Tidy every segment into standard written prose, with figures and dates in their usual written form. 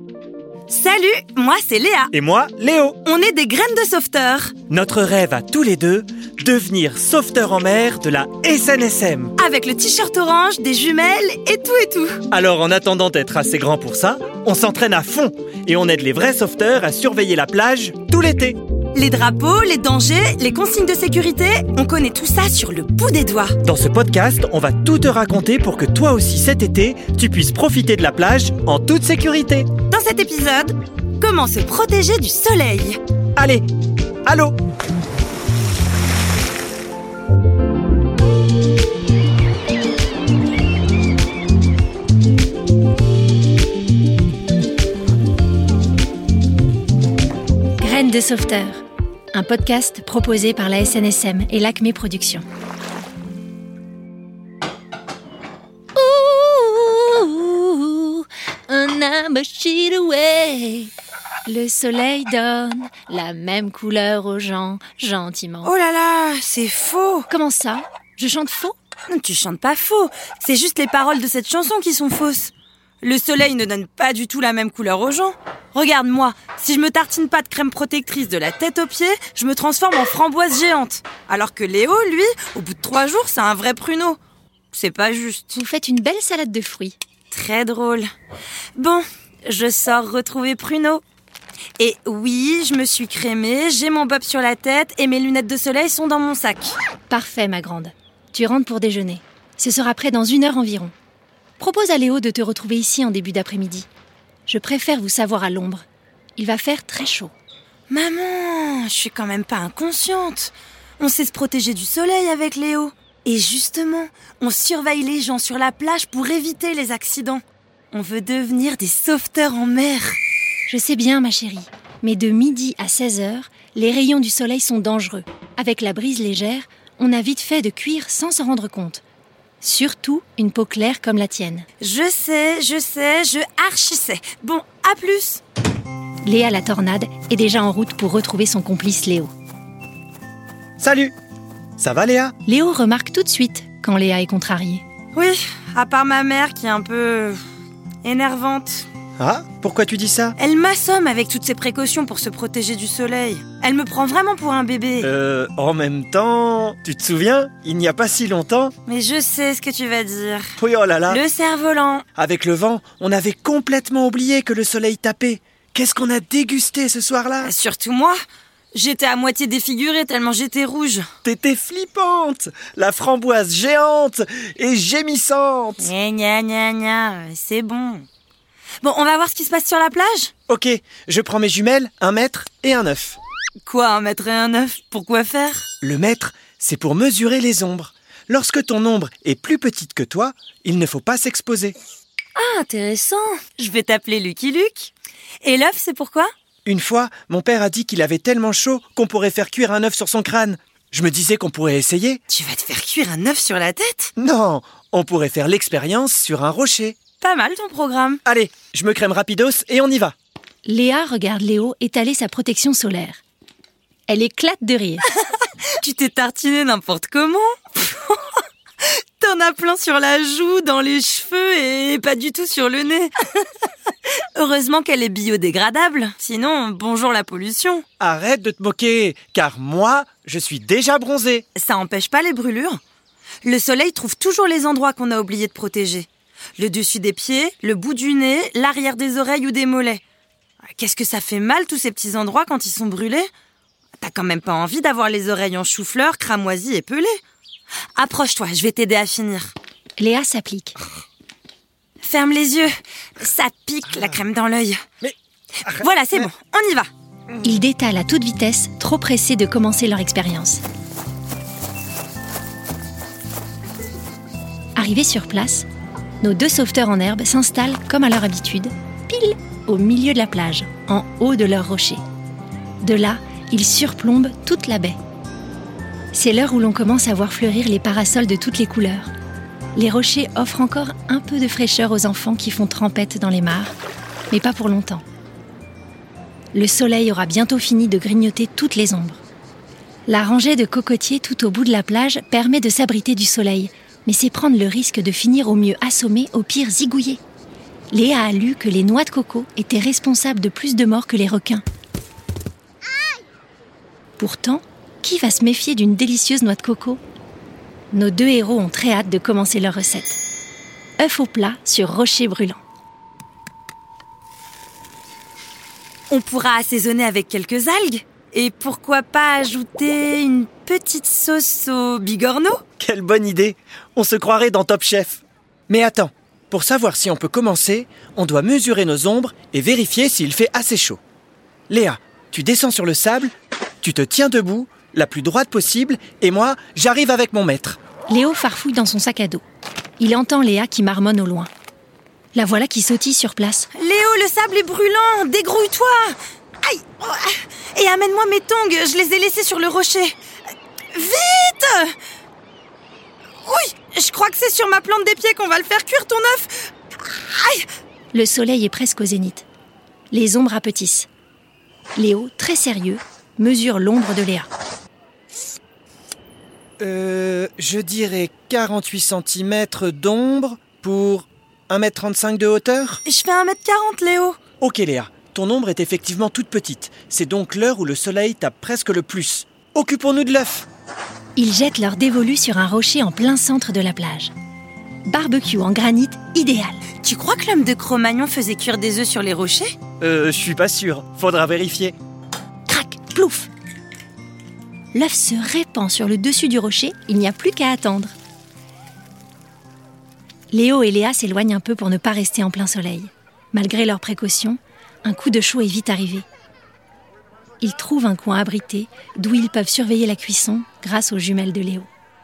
Salut, moi c'est Léa. Et moi, Léo. On est des graines de sauveteurs. Notre rêve à tous les deux, devenir sauveteurs en mer de la SNSM. Avec le t-shirt orange, des jumelles et tout. Alors en attendant d'être assez grand pour ça, on s'entraîne à fond et on aide les vrais sauveteurs à surveiller la plage tout l'été. Les drapeaux, les dangers, les consignes de sécurité, on connaît tout ça sur le bout des doigts. Dans ce podcast, on va tout te raconter pour que toi aussi cet été, tu puisses profiter de la plage en toute sécurité. Dans cet épisode, comment se protéger du soleil. Allez, à l'eau! Graines de sauveteurs, un podcast proposé par la SNSM et l'Acme Productions. Ooh, I'm a sheet away. Le soleil donne la même couleur aux gens, gentiment. Oh là là, c'est faux. Comment ça? Je chante faux? Non, tu chantes pas faux. C'est juste les paroles de cette chanson qui sont fausses. Le soleil ne donne pas du tout la même couleur aux gens. Regarde-moi, si je me tartine pas de crème protectrice de la tête aux pieds, je me transforme en framboise géante. Alors que Léo, lui, au bout de 3 jours, c'est un vrai pruneau. C'est pas juste. Vous faites une belle salade de fruits. Très drôle. Bon, je sors retrouver Pruneau. Et oui, je me suis crémée, j'ai mon bob sur la tête et mes lunettes de soleil sont dans mon sac. Parfait, ma grande. Tu rentres pour déjeuner. Ce sera prêt dans 1 heure environ. Propose à Léo de te retrouver ici en début d'après-midi. Je préfère vous savoir à l'ombre. Il va faire très chaud. Maman, je suis quand même pas inconsciente. On sait se protéger du soleil avec Léo. Et justement, on surveille les gens sur la plage pour éviter les accidents. On veut devenir des sauveteurs en mer. Je sais bien, ma chérie. Mais de midi à 16h, les rayons du soleil sont dangereux. Avec la brise légère, on a vite fait de cuire sans s'en rendre compte. Surtout une peau claire comme la tienne. Je sais, je archi sais. Bon, à plus. Léa la tornade est déjà en route pour retrouver son complice Léo. Salut! Ça va Léa? Léo remarque tout de suite quand Léa est contrariée. Oui, à part ma mère qui est un peu énervante. Ah, pourquoi tu dis ça? Elle m'assomme avec toutes ces précautions pour se protéger du soleil. Elle me prend vraiment pour un bébé. En même temps, tu te souviens? Il n'y a pas si longtemps. Mais je sais ce que tu vas dire. Oui, oh là là. Le cerf-volant. Avec le vent, on avait complètement oublié que le soleil tapait. Qu'est-ce qu'on a dégusté ce soir-là? Surtout moi. J'étais à moitié défigurée tellement j'étais rouge. T'étais flippante, la framboise géante et gémissante. Gna, c'est bon. Bon, on va voir ce qui se passe sur la plage? Ok, je prends mes jumelles, 1 mètre et un œuf. Quoi, 1 mètre et un œuf? Pourquoi faire? Le mètre, c'est pour mesurer les ombres. Lorsque ton ombre est plus petite que toi, il ne faut pas s'exposer. Ah, intéressant. Je vais t'appeler Lucky Luke. Et l'œuf, c'est pourquoi? Une fois, mon père a dit qu'il avait tellement chaud qu'on pourrait faire cuire un œuf sur son crâne. Je me disais qu'on pourrait essayer. Tu vas te faire cuire un œuf sur la tête? Non, on pourrait faire l'expérience sur un rocher. Pas mal ton programme. Allez, je me crème rapidos et on y va. Léa regarde Léo étaler sa protection solaire. Elle éclate de rire. Tu t'es tartiné n'importe comment. T'en as plein sur la joue, dans les cheveux et pas du tout sur le nez. Heureusement qu'elle est biodégradable. Sinon, bonjour la pollution. Arrête de te moquer, car moi, je suis déjà bronzé. Ça empêche pas les brûlures. Le soleil trouve toujours les endroits qu'on a oublié de protéger. Le dessus des pieds, le bout du nez, l'arrière des oreilles ou des mollets. Qu'est-ce que ça fait mal tous ces petits endroits quand ils sont brûlés? T'as quand même pas envie d'avoir les oreilles en chou-fleur, cramoisies et pelées. Approche-toi, je vais t'aider à finir. Léa s'applique. Ferme les yeux, ça pique la crème dans l'œil. Mais... Voilà, c'est bon, on y va. Ils détalent à toute vitesse, trop pressés de commencer leur expérience. Arrivés sur place, nos 2 sauveteurs en herbe s'installent comme à leur habitude, pile au milieu de la plage, en haut de leur rocher. De là, ils surplombent toute la baie. C'est l'heure où l'on commence à voir fleurir les parasols de toutes les couleurs. Les rochers offrent encore un peu de fraîcheur aux enfants qui font trempette dans les mares, mais pas pour longtemps. Le soleil aura bientôt fini de grignoter toutes les ombres. La rangée de cocotiers tout au bout de la plage permet de s'abriter du soleil, mais c'est prendre le risque de finir au mieux assommé, au pire zigouillé. Léa a lu que les noix de coco étaient responsables de plus de morts que les requins. Pourtant, qui va se méfier d'une délicieuse noix de coco ? Nos 2 héros ont très hâte de commencer leur recette. œufs au plat sur rocher brûlant. On pourra assaisonner avec quelques algues. Et pourquoi pas ajouter une petite sauce au bigorneau ? Quelle bonne idée! On se croirait dans Top Chef. Mais attends, pour savoir si on peut commencer, on doit mesurer nos ombres et vérifier s'il fait assez chaud. Léa, tu descends sur le sable, tu te tiens debout, la plus droite possible, et moi, j'arrive avec mon maître. Léo farfouille dans son sac à dos. Il entend Léa qui marmonne au loin. La voilà qui sautille sur place. Léo, le sable est brûlant, dégrouille-toi! Aïe! Et amène-moi mes tongs, je les ai laissés sur le rocher. Vite! Oui, je crois que c'est sur ma plante des pieds qu'on va le faire cuire ton œuf. Aïe! Le soleil est presque au zénith. Les ombres rapetissent. Léo, très sérieux, mesure l'ombre de Léa. Je dirais 48 cm d'ombre pour 1,35 m de hauteur. Je fais 1,40 m, Léo. Ok Léa, ton ombre est effectivement toute petite. C'est donc l'heure où le soleil tape presque le plus. Occupons-nous de l'œuf. Ils jettent leur dévolu sur un rocher en plein centre de la plage. Barbecue en granit idéal. Tu crois que l'homme de Cro-Magnon faisait cuire des œufs sur les rochers ? Je suis pas sûr, faudra vérifier. Crac, plouf. L'œuf se répand sur le dessus du rocher, il n'y a plus qu'à attendre. Léo et Léa s'éloignent un peu pour ne pas rester en plein soleil. Malgré leurs précautions, un coup de chaud est vite arrivé. Ils trouvent un coin abrité d'où ils peuvent surveiller la cuisson grâce aux jumelles de Léo.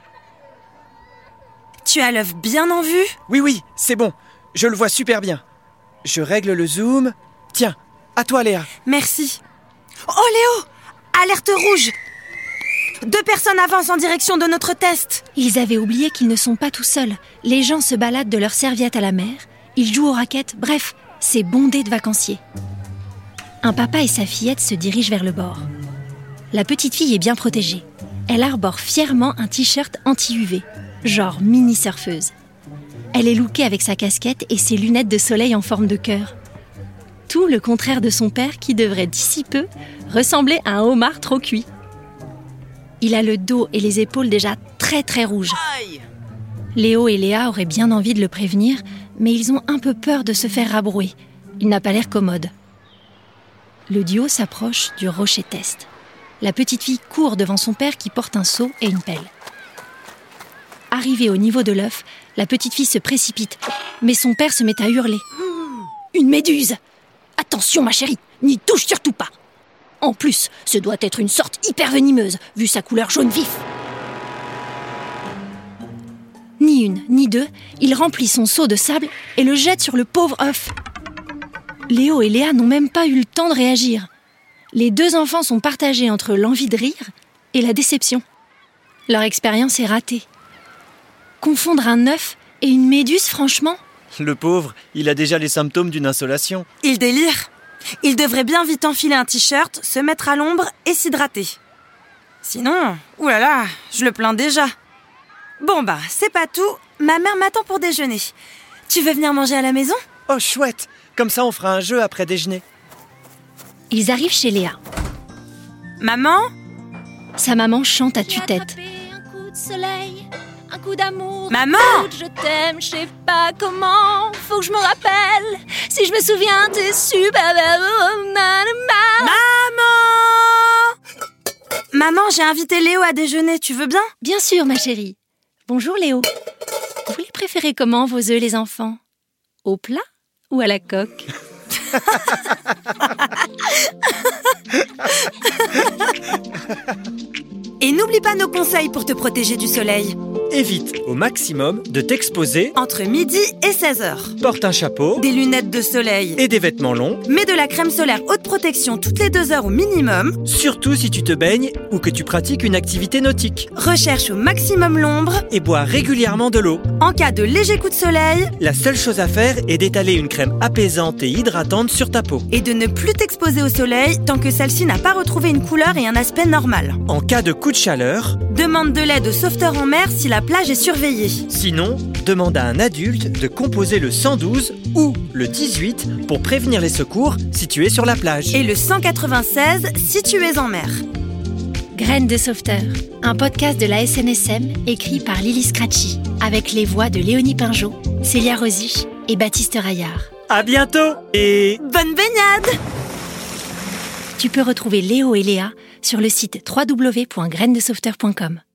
Tu as l'œuf bien en vue ? Oui, c'est bon. Je le vois super bien. Je règle le zoom. Tiens, à toi Léa. Merci. Oh Léo ! Alerte rouge ! 2 personnes avancent en direction de notre test. Ils avaient oublié qu'ils ne sont pas tout seuls. Les gens se baladent de leurs serviettes à la mer. Ils jouent aux raquettes. Bref, c'est bondé de vacanciers. Un papa et sa fillette se dirigent vers le bord. La petite fille est bien protégée. Elle arbore fièrement un t-shirt anti-UV, genre mini-surfeuse. Elle est lookée avec sa casquette et ses lunettes de soleil en forme de cœur. Tout le contraire de son père qui devrait d'ici peu ressembler à un homard trop cuit. Il a le dos et les épaules déjà très très rouges. Aïe ! Léo et Léa auraient bien envie de le prévenir, mais ils ont un peu peur de se faire rabrouer. Il n'a pas l'air commode. Le duo s'approche du rocher test. La petite fille court devant son père qui porte un seau et une pelle. Arrivée au niveau de l'œuf, la petite fille se précipite, mais son père se met à hurler. « Une méduse ! Attention ma chérie, n'y touche surtout pas ! En plus, ce doit être une sorte hyper venimeuse, vu sa couleur jaune vif. » Ni une, ni deux, il remplit son seau de sable et le jette sur le pauvre œuf. Léo et Léa n'ont même pas eu le temps de réagir. Les 2 enfants sont partagés entre l'envie de rire et la déception. Leur expérience est ratée. Confondre un œuf et une méduse, franchement ? Le pauvre, il a déjà les symptômes d'une insolation. Il délire. Il devrait bien vite enfiler un t-shirt, se mettre à l'ombre et s'hydrater. Sinon, oulala, je le plains déjà. Bon c'est pas tout. Ma mère m'attend pour déjeuner. Tu veux venir manger à la maison ? Oh chouette, comme ça on fera un jeu après déjeuner. Ils arrivent chez Léa. Maman ? Sa maman chante à tue-tête. Un coup de soleil, un coup d'amour. Maman ! Je t'aime, je sais pas comment. Faut que je me rappelle. Si je me souviens, t'es super. Maman, j'ai invité Léo à déjeuner, tu veux bien ? Bien sûr, ma chérie. Bonjour Léo. Vous les préférez comment, vos œufs, les enfants ? Au plat ou à la coque ? Et n'oublie pas nos conseils pour te protéger du soleil. Évite au maximum de t'exposer. Entre midi et 16h. Porte un chapeau. Des lunettes de soleil. Et des vêtements longs. Mets de la crème solaire haute protection toutes les 2 heures au minimum. Surtout si tu te baignes ou que tu pratiques une activité nautique. Recherche au maximum l'ombre. Et bois régulièrement de l'eau. En cas de léger coup de soleil. La seule chose à faire est d'étaler une crème apaisante et hydratante sur ta peau. Et de ne plus t'exposer au soleil tant que celle-ci n'a pas retrouvé une couleur et un aspect normal. En cas de coup de chaleur, demande de l'aide au sauveteur en mer si la la plage est surveillée. Sinon, demande à un adulte de composer le 112 ou le 18 pour prévenir les secours si tu es sur la plage. Et le 196 si tu es en mer. Graines de sauveteur, un podcast de la SNSM écrit par Lily Scratchy, avec les voix de Léonie Pinjot, Célia Rosich et Baptiste Raillard. À bientôt et Bonne baignade! Tu peux retrouver Léo et Léa sur le site www.grainesdesauveteurs.com.